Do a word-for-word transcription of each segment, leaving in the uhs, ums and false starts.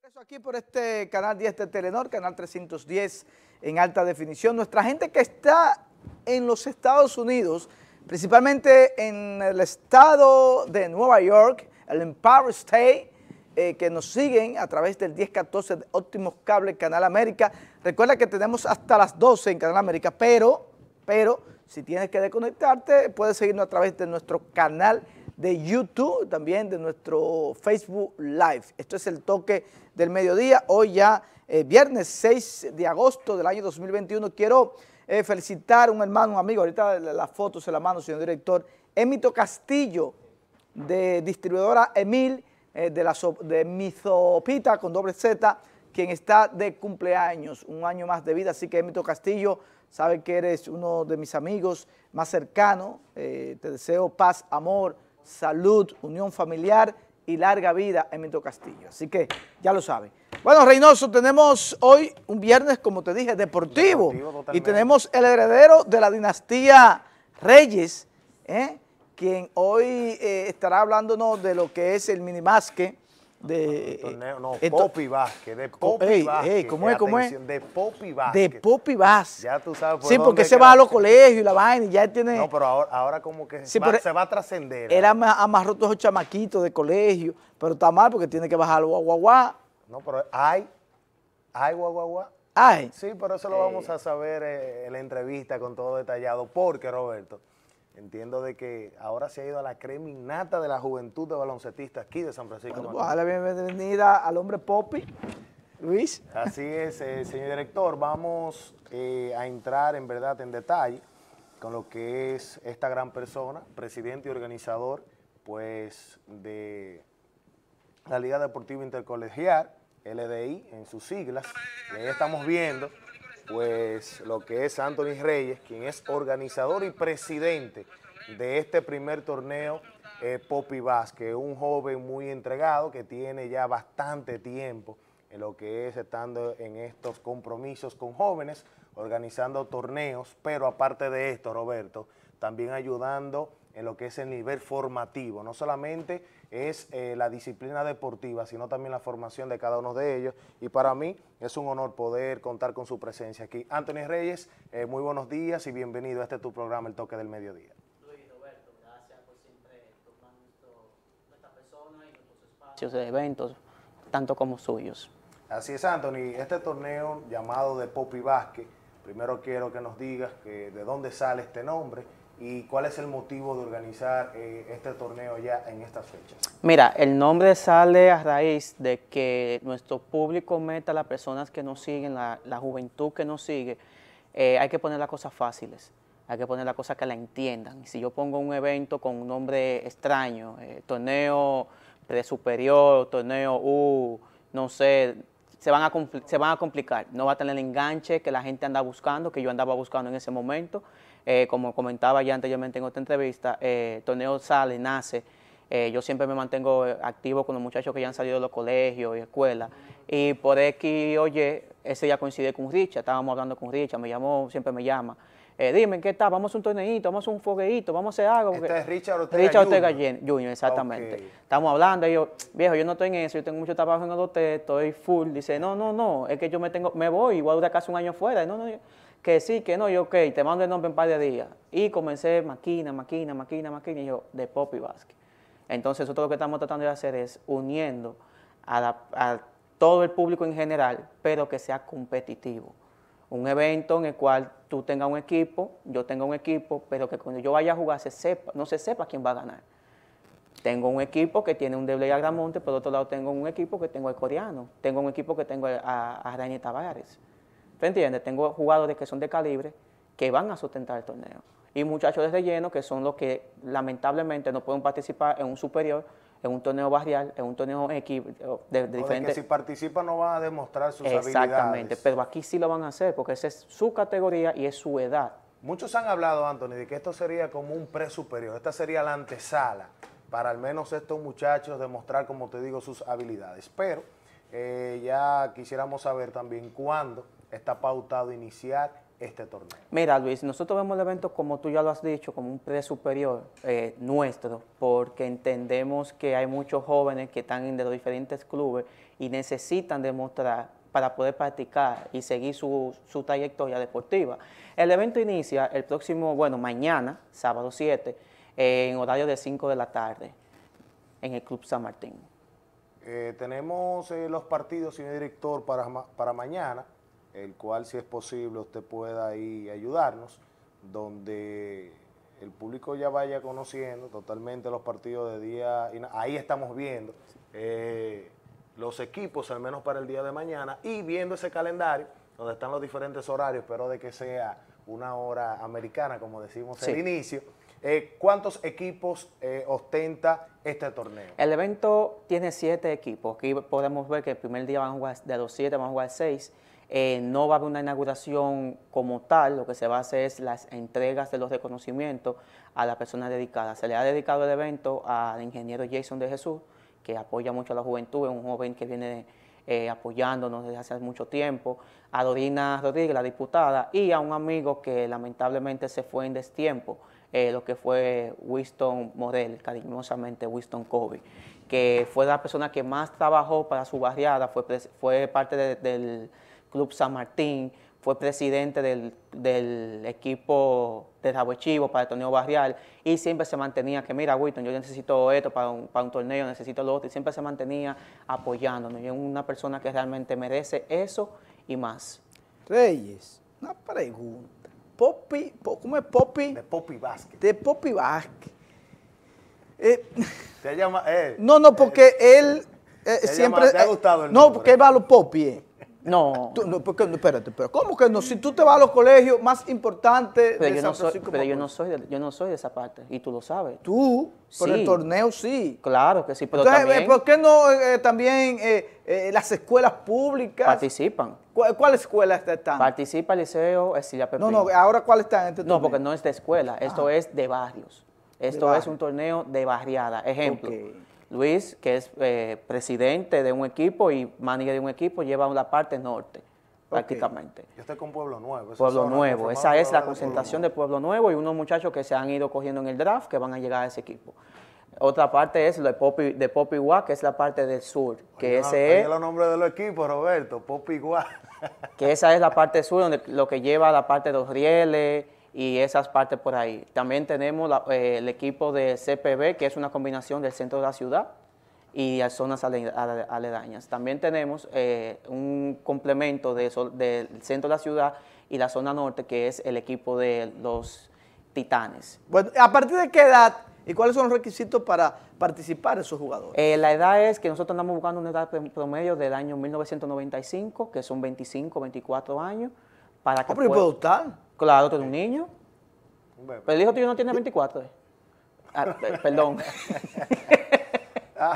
Regreso aquí por este canal diez de Telenor, canal trescientos diez en alta definición. Nuestra gente que está en los Estados Unidos, principalmente en el estado de Nueva York, el Empire State, eh, que nos siguen a través del diez catorce de Óptimos Cable Canal América. Recuerda que tenemos hasta las doce en Canal América, pero, pero si tienes que desconectarte, puedes seguirnos a través de nuestro canal de YouTube, también de nuestro Facebook Live. Esto es el toque del mediodía, hoy ya eh, viernes seis de agosto del año dos mil veintiuno. Quiero eh, felicitar a un hermano, un amigo, ahorita la, la foto se la mando, señor director, Emito Castillo, de distribuidora Emil, eh, de, la so, de Mizopita con doble Z, quien está de cumpleaños, un año más de vida, así que Emito Castillo, sabe que eres uno de mis amigos más cercanos, eh, te deseo paz, amor, salud, unión familiar y larga vida, Emito Castillo. Así que ya lo sabe. Bueno, Reynoso, tenemos hoy un viernes, como te dije, deportivo. deportivo y tenemos el heredero de la dinastía Reyes, ¿eh? quien hoy eh, estará hablándonos de lo que es el minimasque. De, torneo, no, esto, Popi Vázquez, de Popi ey, Vázquez. Ey, ¿cómo es, cómo es? De Popi Vázquez. De Popi Vázquez. Ya tú sabes por Sí, dónde porque se va a los colegios y la vaina y ya tiene... No, pero ahora, ahora como que sí, va, se va a trascender. Él amarró todos esos chamaquitos de colegio, pero está mal porque tiene que bajar al guaguaguá. No, pero hay, hay guaguaguá. Hay. Sí, pero eso lo Ey. vamos a saber eh, en la entrevista con todo detallado, porque Roberto, entiendo de que ahora se ha ido a la creminata de la juventud de baloncetistas aquí de San Francisco. Bueno, pues, la bienvenida al hombre Popi, Luis. Así es, eh, señor director, vamos eh, a entrar en verdad en detalle con lo que es esta gran persona, presidente y organizador pues de la Liga Deportiva Intercolegial, L D I en sus siglas, y ahí estamos viendo pues lo que es Anthony Reyes, quien es organizador y presidente de este primer torneo eh, Popi Vázquez, un joven muy entregado que tiene ya bastante tiempo en lo que es estando en estos compromisos con jóvenes, organizando torneos, pero aparte de esto, Roberto, también ayudando en lo que es el nivel formativo, no solamente es eh, la disciplina deportiva, sino también la formación de cada uno de ellos, y para mí es un honor poder contar con su presencia aquí. Anthony Reyes, eh, muy buenos días y bienvenido a este tu programa, El Toque del Mediodía. Luis, Roberto, gracias por siempre tomar nuestro, nuestra persona y nuestros espacios de eventos, tanto como suyos. Así es, Anthony, este torneo llamado de Popi Vázquez, primero quiero que nos digas que de dónde sale este nombre y cuál es el motivo de organizar eh, este torneo ya en estas fechas. Mira, el nombre sale a raíz de que nuestro público meta, las personas que nos siguen, la, la juventud que nos sigue, eh, hay que poner las cosas fáciles, hay que poner las cosas que la entiendan. Si yo pongo un evento con un nombre extraño, eh, torneo pre-superior, torneo U, no sé, se van, a se van a complicar, no va a tener el enganche que la gente anda buscando, que yo andaba buscando en ese momento. Eh, como comentaba ya anteriormente en otra entrevista, eh, el torneo sale, nace, eh, yo siempre me mantengo activo con los muchachos que ya han salido de los colegios y escuelas, y por X, oye, ese ya coincide con Richard, estábamos hablando con Richard, me llamó, siempre me llama, eh, dime, ¿qué está? Vamos a un torneito, vamos a un fogueito, vamos a hacer algo. Este es Richard Ortega Richard Ortega Junior. Junior, exactamente. Okay. Estamos hablando, y yo, viejo, yo no estoy en eso, yo tengo mucho trabajo en el hotel, estoy full, dice, no, no, no, es que yo me tengo, me voy, igual durar casi un año fuera, no, no, yo, que sí, que no, yo, ok, te mando el nombre en un par de días. Y comencé maquina, maquina, maquina, maquina, y yo, de Popi Vázquez. Entonces, nosotros lo que estamos tratando de hacer es uniendo a, la, a todo el público en general, pero que sea competitivo. Un evento en el cual tú tengas un equipo, yo tenga un equipo, pero que cuando yo vaya a jugar se sepa, no se sepa quién va a ganar. Tengo un equipo que tiene un Debley Agramonte, por otro lado tengo un equipo que tengo al coreano, tengo un equipo que tengo a, a Rainy Tavares. ¿Te entiendes? Tengo jugadores que son de calibre que van a sustentar el torneo. Y muchachos de relleno que son los que lamentablemente no pueden participar en un superior, en un torneo barrial, en un torneo X de, de diferentes... que si participan no van a demostrar sus Exactamente, habilidades. Exactamente, pero aquí sí lo van a hacer porque esa es su categoría y es su edad. Muchos han hablado, Anthony, de que esto sería como un pre-superior, esta sería la antesala para al menos estos muchachos demostrar, como te digo, sus habilidades. Pero eh, ya quisiéramos saber también cuándo está pautado iniciar este torneo? Mira, Luis, nosotros vemos el evento, como tú ya lo has dicho, como un pre superior eh, nuestro, porque entendemos que hay muchos jóvenes que están de los diferentes clubes y necesitan demostrar para poder practicar y seguir su, su trayectoria deportiva. El evento inicia el próximo, bueno, mañana, sábado siete, eh, en horario de cinco de la tarde, en el Club San Martín. Eh, tenemos eh, los partidos, señor director, para, ma para mañana, el cual, si es posible, usted pueda ahí ayudarnos, donde el público ya vaya conociendo totalmente los partidos de día, y ahí estamos viendo eh, los equipos, al menos para el día de mañana, y viendo ese calendario, donde están los diferentes horarios, pero de que sea una hora americana, como decimos Sí. al inicio. Eh, ¿Cuántos equipos eh, ostenta este torneo? El evento tiene siete equipos. Aquí podemos ver que el primer día van a jugar, de los siete van a jugar seis. Eh, no va a haber una inauguración como tal, lo que se va a hacer es las entregas de los reconocimientos a la persona dedicada. Se le ha dedicado el evento al ingeniero Jason de Jesús, que apoya mucho a la juventud, es un joven que viene eh, apoyándonos desde hace mucho tiempo, a Dorina Rodríguez, la diputada, y a un amigo que lamentablemente se fue en destiempo, eh, lo que fue Winston Morel, cariñosamente Winston Kobe, que fue la persona que más trabajó para su barriada, fue, fue parte de, del Club San Martín, fue presidente del, del equipo de Rabo Chivo para el torneo barrial y siempre se mantenía que, mira, Winston, yo necesito esto para un, para un torneo, necesito lo otro, y siempre se mantenía apoyándonos. Y es una persona que realmente merece eso y más. Reyes, una pregunta. Popi, ¿cómo es Popi? De Popi Vázquez. De Popi Vázquez. Eh, ¿Te llama? Eh, no, no, porque eh, él eh, ¿te siempre... llama- te ha gustado el No, nombre? porque él va a los Popi. eh. No, Tú, no, porque, no, espérate, pero ¿cómo que no? Si tú te vas a los colegios más importantes pero, de yo San no, soy, Francisco pero yo, no Macorís. soy de, yo no soy de esa parte, y tú lo sabes. Tú, por Sí. el torneo sí. Claro que sí, pero Entonces, también eh, ¿por qué no eh, también eh, eh, las escuelas públicas? participan. ¿Cuál, cuál escuela están? Participa el Liceo Estilia No, Pepín. no, ahora ¿cuál está en este No, torneo? porque no es de escuela, esto es de barrios. Esto es barrio. un torneo de barriada. Ejemplo, Ok. Luis, que es eh, presidente de un equipo y manager de un equipo, lleva la parte norte, prácticamente. Yo estoy con Pueblo Nuevo. esa Pueblo zona Nuevo, conformada esa por es la de Pueblo concentración Nuevo. de Pueblo Nuevo y unos muchachos que se han ido cogiendo en el draft que van a llegar a ese equipo. Otra parte es lo de Popi, de Popi Guá, que es la parte del sur, que, Oye, ese oye es, los nombres de los equipos, Roberto. Popi igual. que esa es la parte sur, donde lo que lleva la parte de los rieles y esas partes por ahí. También tenemos la- eh, el equipo de C P B, que es una combinación del centro de la ciudad y las zonas ale- ale- aledañas. También tenemos eh, un complemento de eso- del centro de la ciudad y la zona norte, que es el equipo de los Titanes. Bueno, ¿a partir de qué edad y cuáles son los requisitos para participar esos jugadores? Eh, la edad es que nosotros andamos buscando una edad prom- promedio del año mil novecientos noventa y cinco, que son veinticinco, veinticuatro años, para que Ah, pero yo pueda- puedo estar. Claro, tú eres un niño. Un bebé. Pero el hijo tuyo no tiene veinticuatro. eh. Ah, eh, perdón. Ah,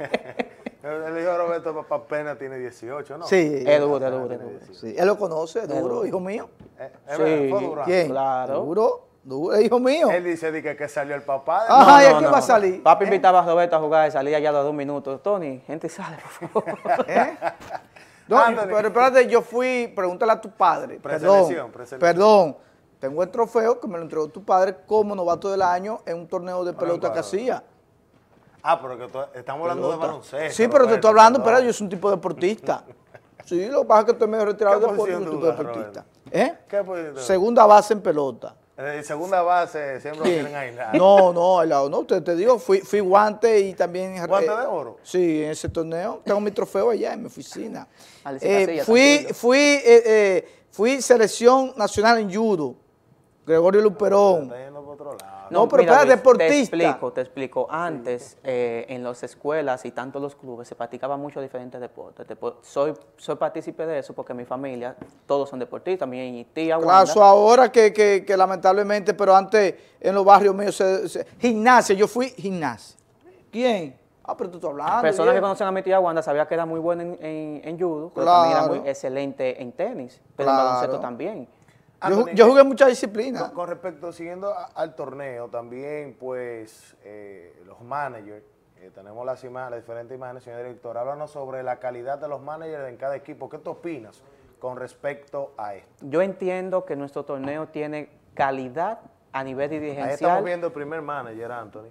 el hijo de Roberto papá apenas tiene dieciocho, ¿no? Sí. Es duro, es Apenas duro, tiene es duro. dieciocho. Sí, él lo conoce, es duro, duro. hijo mío. Eh, es Sí. verdad, fue duro. ¿Quién? Claro. Duro, duro, hijo mío. Él dice di que, que salió el papá. de- Ah, Ajá, ¿y a qué va a salir? Papi ¿Eh? invitaba a Roberto a jugar y salía ya a los dos minutos. Tony, gente sale, por favor. ¿Eh? No, Anthony. pero espérate, yo fui, pregúntale a tu padre. Preselección, Perdón, preselección. perdón. Tengo el trofeo que me lo entregó tu padre como novato del año en un torneo de pelota claro. que hacía. Ah, pero que tú- estamos hablando de Pelota. baloncesto. Sí, pero te Roberto, estoy hablando, perdón. pero yo soy un tipo deportista. Sí, lo que pasa es que estoy medio retirado ¿Qué de deporte, posición soy un tú tipo das, deportista. ¿Eh? ¿Qué posición tú das? Segunda base en pelota. En segunda base siempre Sí. lo tienen aislado. No, no, al lado, no, te, te digo, fui, fui guante y también... ¿Guante eh, de oro? Sí, en ese torneo. Tengo mi trofeo allá en mi oficina. Alicia Eh, Casilla, fui, tranquilo. fui, eh, eh, fui selección nacional en judo. Gregorio Luperón. Está yendo por otro lado. No, pero espera, Luis, deportista. Te explico, te explico. Antes, eh, en las escuelas y tanto los clubes, se practicaban muchos diferentes deportes. Depo- soy, soy partícipe de eso porque mi familia, todos son deportistas. Mi tía Claro, Wanda, eso ahora que, que, que lamentablemente, pero antes en los barrios míos, se, se- gimnasia, yo fui gimnasia. ¿Quién? Ah, pero tú estás hablando. personas que bien. conocen a mi tía Wanda sabía que era muy buena en, en, en judo, pero también era Claro. muy excelente en tenis, pero Claro. en baloncesto también. Yo, ju- Anthony, yo jugué mucha Con, disciplina. con respecto, siguiendo a- al torneo, también, pues, eh, los managers, eh, tenemos las imágenes, las diferentes imágenes, señor director, háblanos sobre la calidad de los managers en cada equipo. ¿Qué tú opinas con respecto a esto? Yo entiendo que nuestro torneo tiene calidad a nivel dirigencial. Ahí estamos viendo el primer manager, Anthony,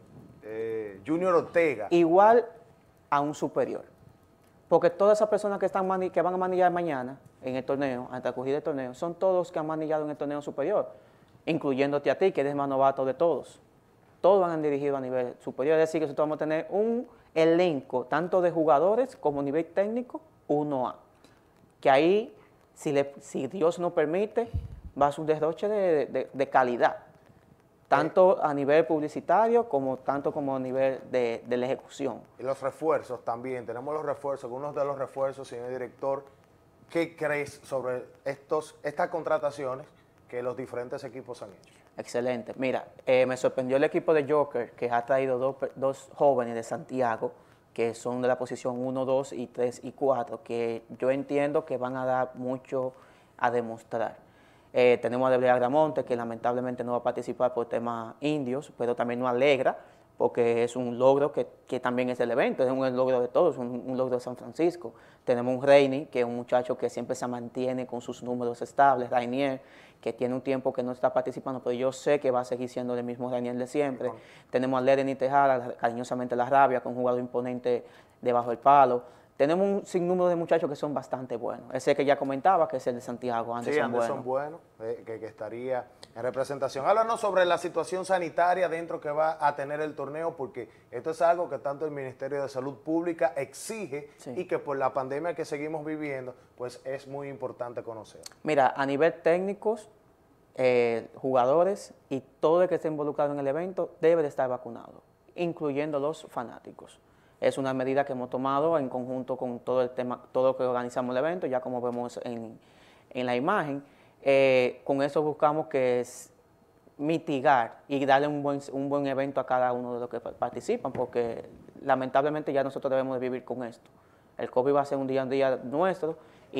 eh, Junior Ortega. Igual a un superior. Porque todas esas personas que, están mani- que van a manillar mañana en el torneo, al transcurrir el torneo, son todos que han manillado en el torneo superior, incluyéndote a ti, que eres más novato de todos. Todos van dirigido a nivel superior, es decir, que nosotros vamos a tener un elenco, tanto de jugadores como nivel técnico, uno A. Que ahí, si, le, si Dios nos permite, va a ser un derroche de, de, de calidad, tanto a nivel publicitario como tanto como a nivel de, de la ejecución. Y los refuerzos también, tenemos los refuerzos, algunos de los refuerzos, señor director, ¿qué crees sobre estos, estas contrataciones que los diferentes equipos han hecho? Excelente. Mira, eh, me sorprendió el equipo de Joker, que ha traído dos, dos jóvenes de Santiago, que son de la posición uno, dos y tres y cuatro, que yo entiendo que van a dar mucho a demostrar. Eh, tenemos a Debrega Gramonte, que lamentablemente no va a participar por temas indios, pero también nos alegra, porque es un logro que, que también es el evento, es un logro de todos, un, un logro de San Francisco. Tenemos un Reini, que es un muchacho que siempre se mantiene con sus números estables, Rainier, que tiene un tiempo que no está participando, pero yo sé que va a seguir siendo el mismo Rainier de siempre. Bueno. Tenemos a Lereni Tejada, cariñosamente La Rabia, con un jugador imponente debajo del palo. Tenemos un sinnúmero de muchachos que son bastante buenos. Ese que ya comentaba, que es el de Santiago, Anderson, sí, Anderson Bueno, bueno eh, que, que estaría en representación. Háblanos sobre la situación sanitaria dentro que va a tener el torneo, porque esto es algo que tanto el Ministerio de Salud Pública exige, sí, y que por la pandemia que seguimos viviendo, pues es muy importante conocer. Mira, a nivel técnicos, eh, jugadores y todo el que esté involucrado en el evento debe de estar vacunado, incluyendo los fanáticos. Es una medida que hemos tomado en conjunto con todo el tema, todo lo que organizamos el evento, ya como vemos en, en la imagen. Eh, con eso buscamos que es mitigar y darle un buen, un buen evento a cada uno de los que participan, porque lamentablemente ya nosotros debemos de vivir con esto. El COVID va a ser un día a día nuestro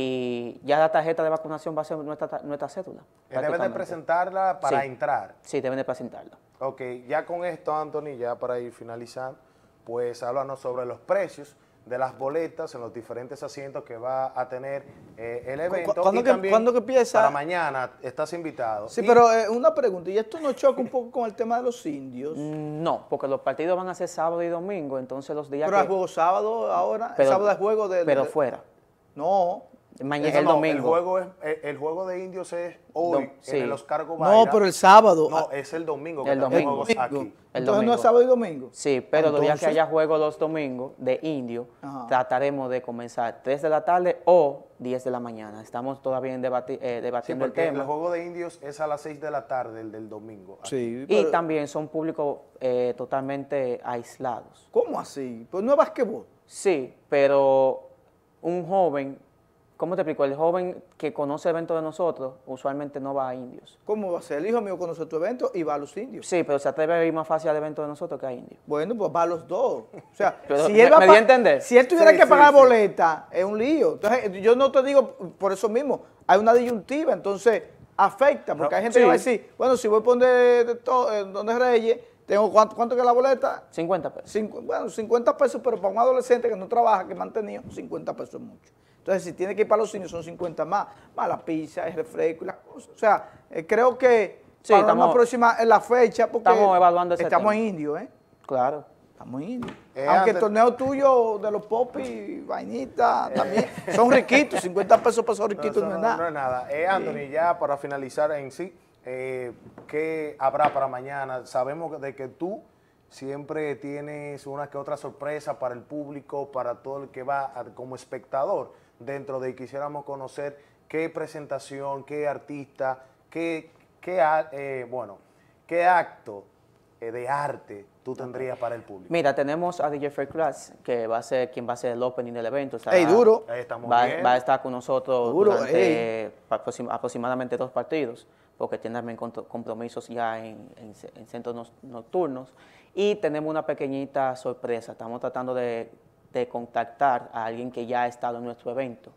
y ya la tarjeta de vacunación va a ser nuestra, nuestra cédula. ¿Deben de presentarla para sí, entrar? Sí, deben de presentarla. Ok, ya con esto, Anthony, ya para ir finalizando, pues háblanos sobre los precios de las boletas en los diferentes asientos que va a tener eh, el evento. ¿Cuándo, y que, también ¿cuándo que empieza? Para mañana estás invitado. Sí, y, pero eh, una pregunta, ¿y esto no choca un poco con el tema de los indios? No, porque los partidos van a ser sábado y domingo, entonces los días pero que... hay juego sábado ahora, pero, el sábado es juego de... Pero de, fuera. No. Mañana, el no, domingo. El juego, es, el juego de indios es hoy, Do, sí. en el Oscar Gobaira. No, pero el sábado. No, es el domingo que el tenemos domingo. juegos aquí. El Entonces domingo. no es sábado y domingo. Sí, pero Entonces, los días que haya juego los domingos de indio, ajá, trataremos de comenzar tres de la tarde o diez de la mañana. Estamos todavía en debati eh, debatiendo sí, el tema. El juego de indios es a las seis de la tarde, el del domingo. Sí, pero, y pero, también son públicos eh, totalmente aislados. ¿Cómo así? Pues no es basquetbol. Sí, pero un joven, ¿cómo te explico? El joven que conoce el evento de nosotros usualmente no va a indios. ¿Cómo va a ser? El hijo mío conoce tu evento y va a los indios. Sí, pero se atreve a ir más fácil al evento de nosotros que a indios. Bueno, pues va a los dos. O sea, pero, si me, él va me a di a entender. Si él tuviera sí, que sí, pagar sí. boleta, es un lío. Entonces, yo no te digo por eso mismo, hay una disyuntiva, entonces afecta, porque hay gente sí. que va a decir, bueno, si voy a poner de todo, eh, donde Reyes, tengo cuánto, cuánto que es la boleta, cincuenta pesos. Cincu bueno, cincuenta pesos, pero para un adolescente que no trabaja, que mantenido, cincuenta pesos es mucho. Entonces, si tiene que ir para los cines, son cincuenta más, más la pizza, el refresco y las cosas. O sea, eh, creo que sí, para estamos, una próxima, en la fecha, porque estamos evaluando ese estamos tema. en indio, ¿eh? Claro. Estamos en indio. Eh, Aunque Ander... el torneo tuyo de los popis, vainitas, también son riquitos, cincuenta pesos para esos riquitos no, no, no, no es nada. No es nada. Eh, Anthony, ya para finalizar en sí, eh, ¿qué habrá para mañana? Sabemos de que tú siempre tienes una que otra sorpresa para el público, para todo el que va a, como espectador, dentro de quisiéramos conocer qué presentación, qué artista, qué, qué eh, bueno, qué acto eh, de arte tú tendrías para el público. Mira, tenemos a D J Fair Class, que va a ser quien va a ser el opening del evento. Estará, ¡Ey, duro! Ahí estamos va, bien. va a estar con nosotros Duro, durante aproxim aproximadamente dos partidos, porque tiene también compromisos ya en, en, en centros nocturnos. Y tenemos una pequeñita sorpresa. Estamos tratando de, de contactar a alguien que ya ha estado en nuestro evento.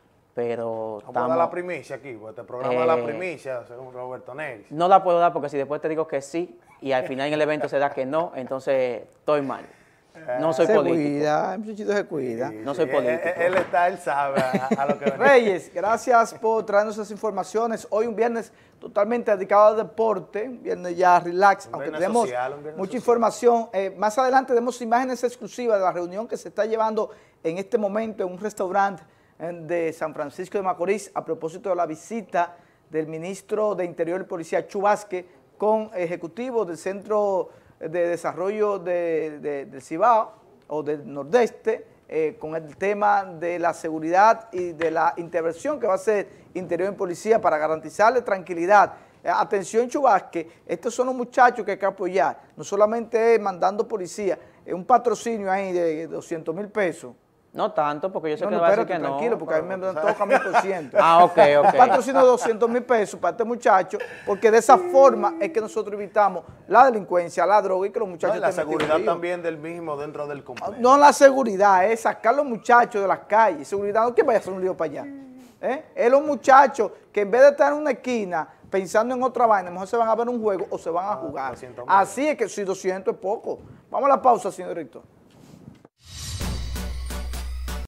Pero Vamos a dar la primicia aquí, porque este programa eh, es la primicia, según Roberto Neris. No la puedo dar porque si después te digo que sí y al final en el evento se da que no, entonces estoy mal. No soy se político. cuida, el muchachito se cuida. No soy Sí, político. Él, él está, él sabe a, a lo que venimos. Reyes, gracias por traernos esas informaciones. Hoy un viernes totalmente dedicado al deporte, un viernes ya relax, Un aunque viernes tenemos social, un viernes mucha social. información. Eh, más adelante tenemos imágenes exclusivas de la reunión que se está llevando en este momento en un restaurante eh, de San Francisco de Macorís a propósito de la visita del ministro de Interior y Policía, Chu Vázquez, con ejecutivos del Centro de Desarrollo de, de, del Cibao o del Nordeste, eh, con el tema de la seguridad y de la intervención que va a hacer Interior y Policía para garantizarle tranquilidad. Eh, atención, Chu Vázquez, estos son los muchachos que hay que apoyar, no solamente mandando policía, es un patrocinio ahí de doscientos mil pesos. No tanto, porque yo sé No, que no, va a decir espérate, que no. tranquilo, porque a mí me toca mil por ciento. Ah, ok, ok. Un patrocinio de doscientos mil pesos para este muchacho, porque de esa forma es que nosotros evitamos la delincuencia, la droga y que los No, muchachos y la estén metidos seguridad en lío. también del mismo dentro del complejo. No la seguridad, es sacar a los muchachos de las calles. Seguridad, no que vaya a hacer un lío para allá. ¿Eh? Es los muchachos que en vez de estar en una esquina pensando en otra vaina, mejor se van a ver un juego o se van a jugar. doscientos mil. Así es que si doscientos es poco. Vamos a la pausa, señor director.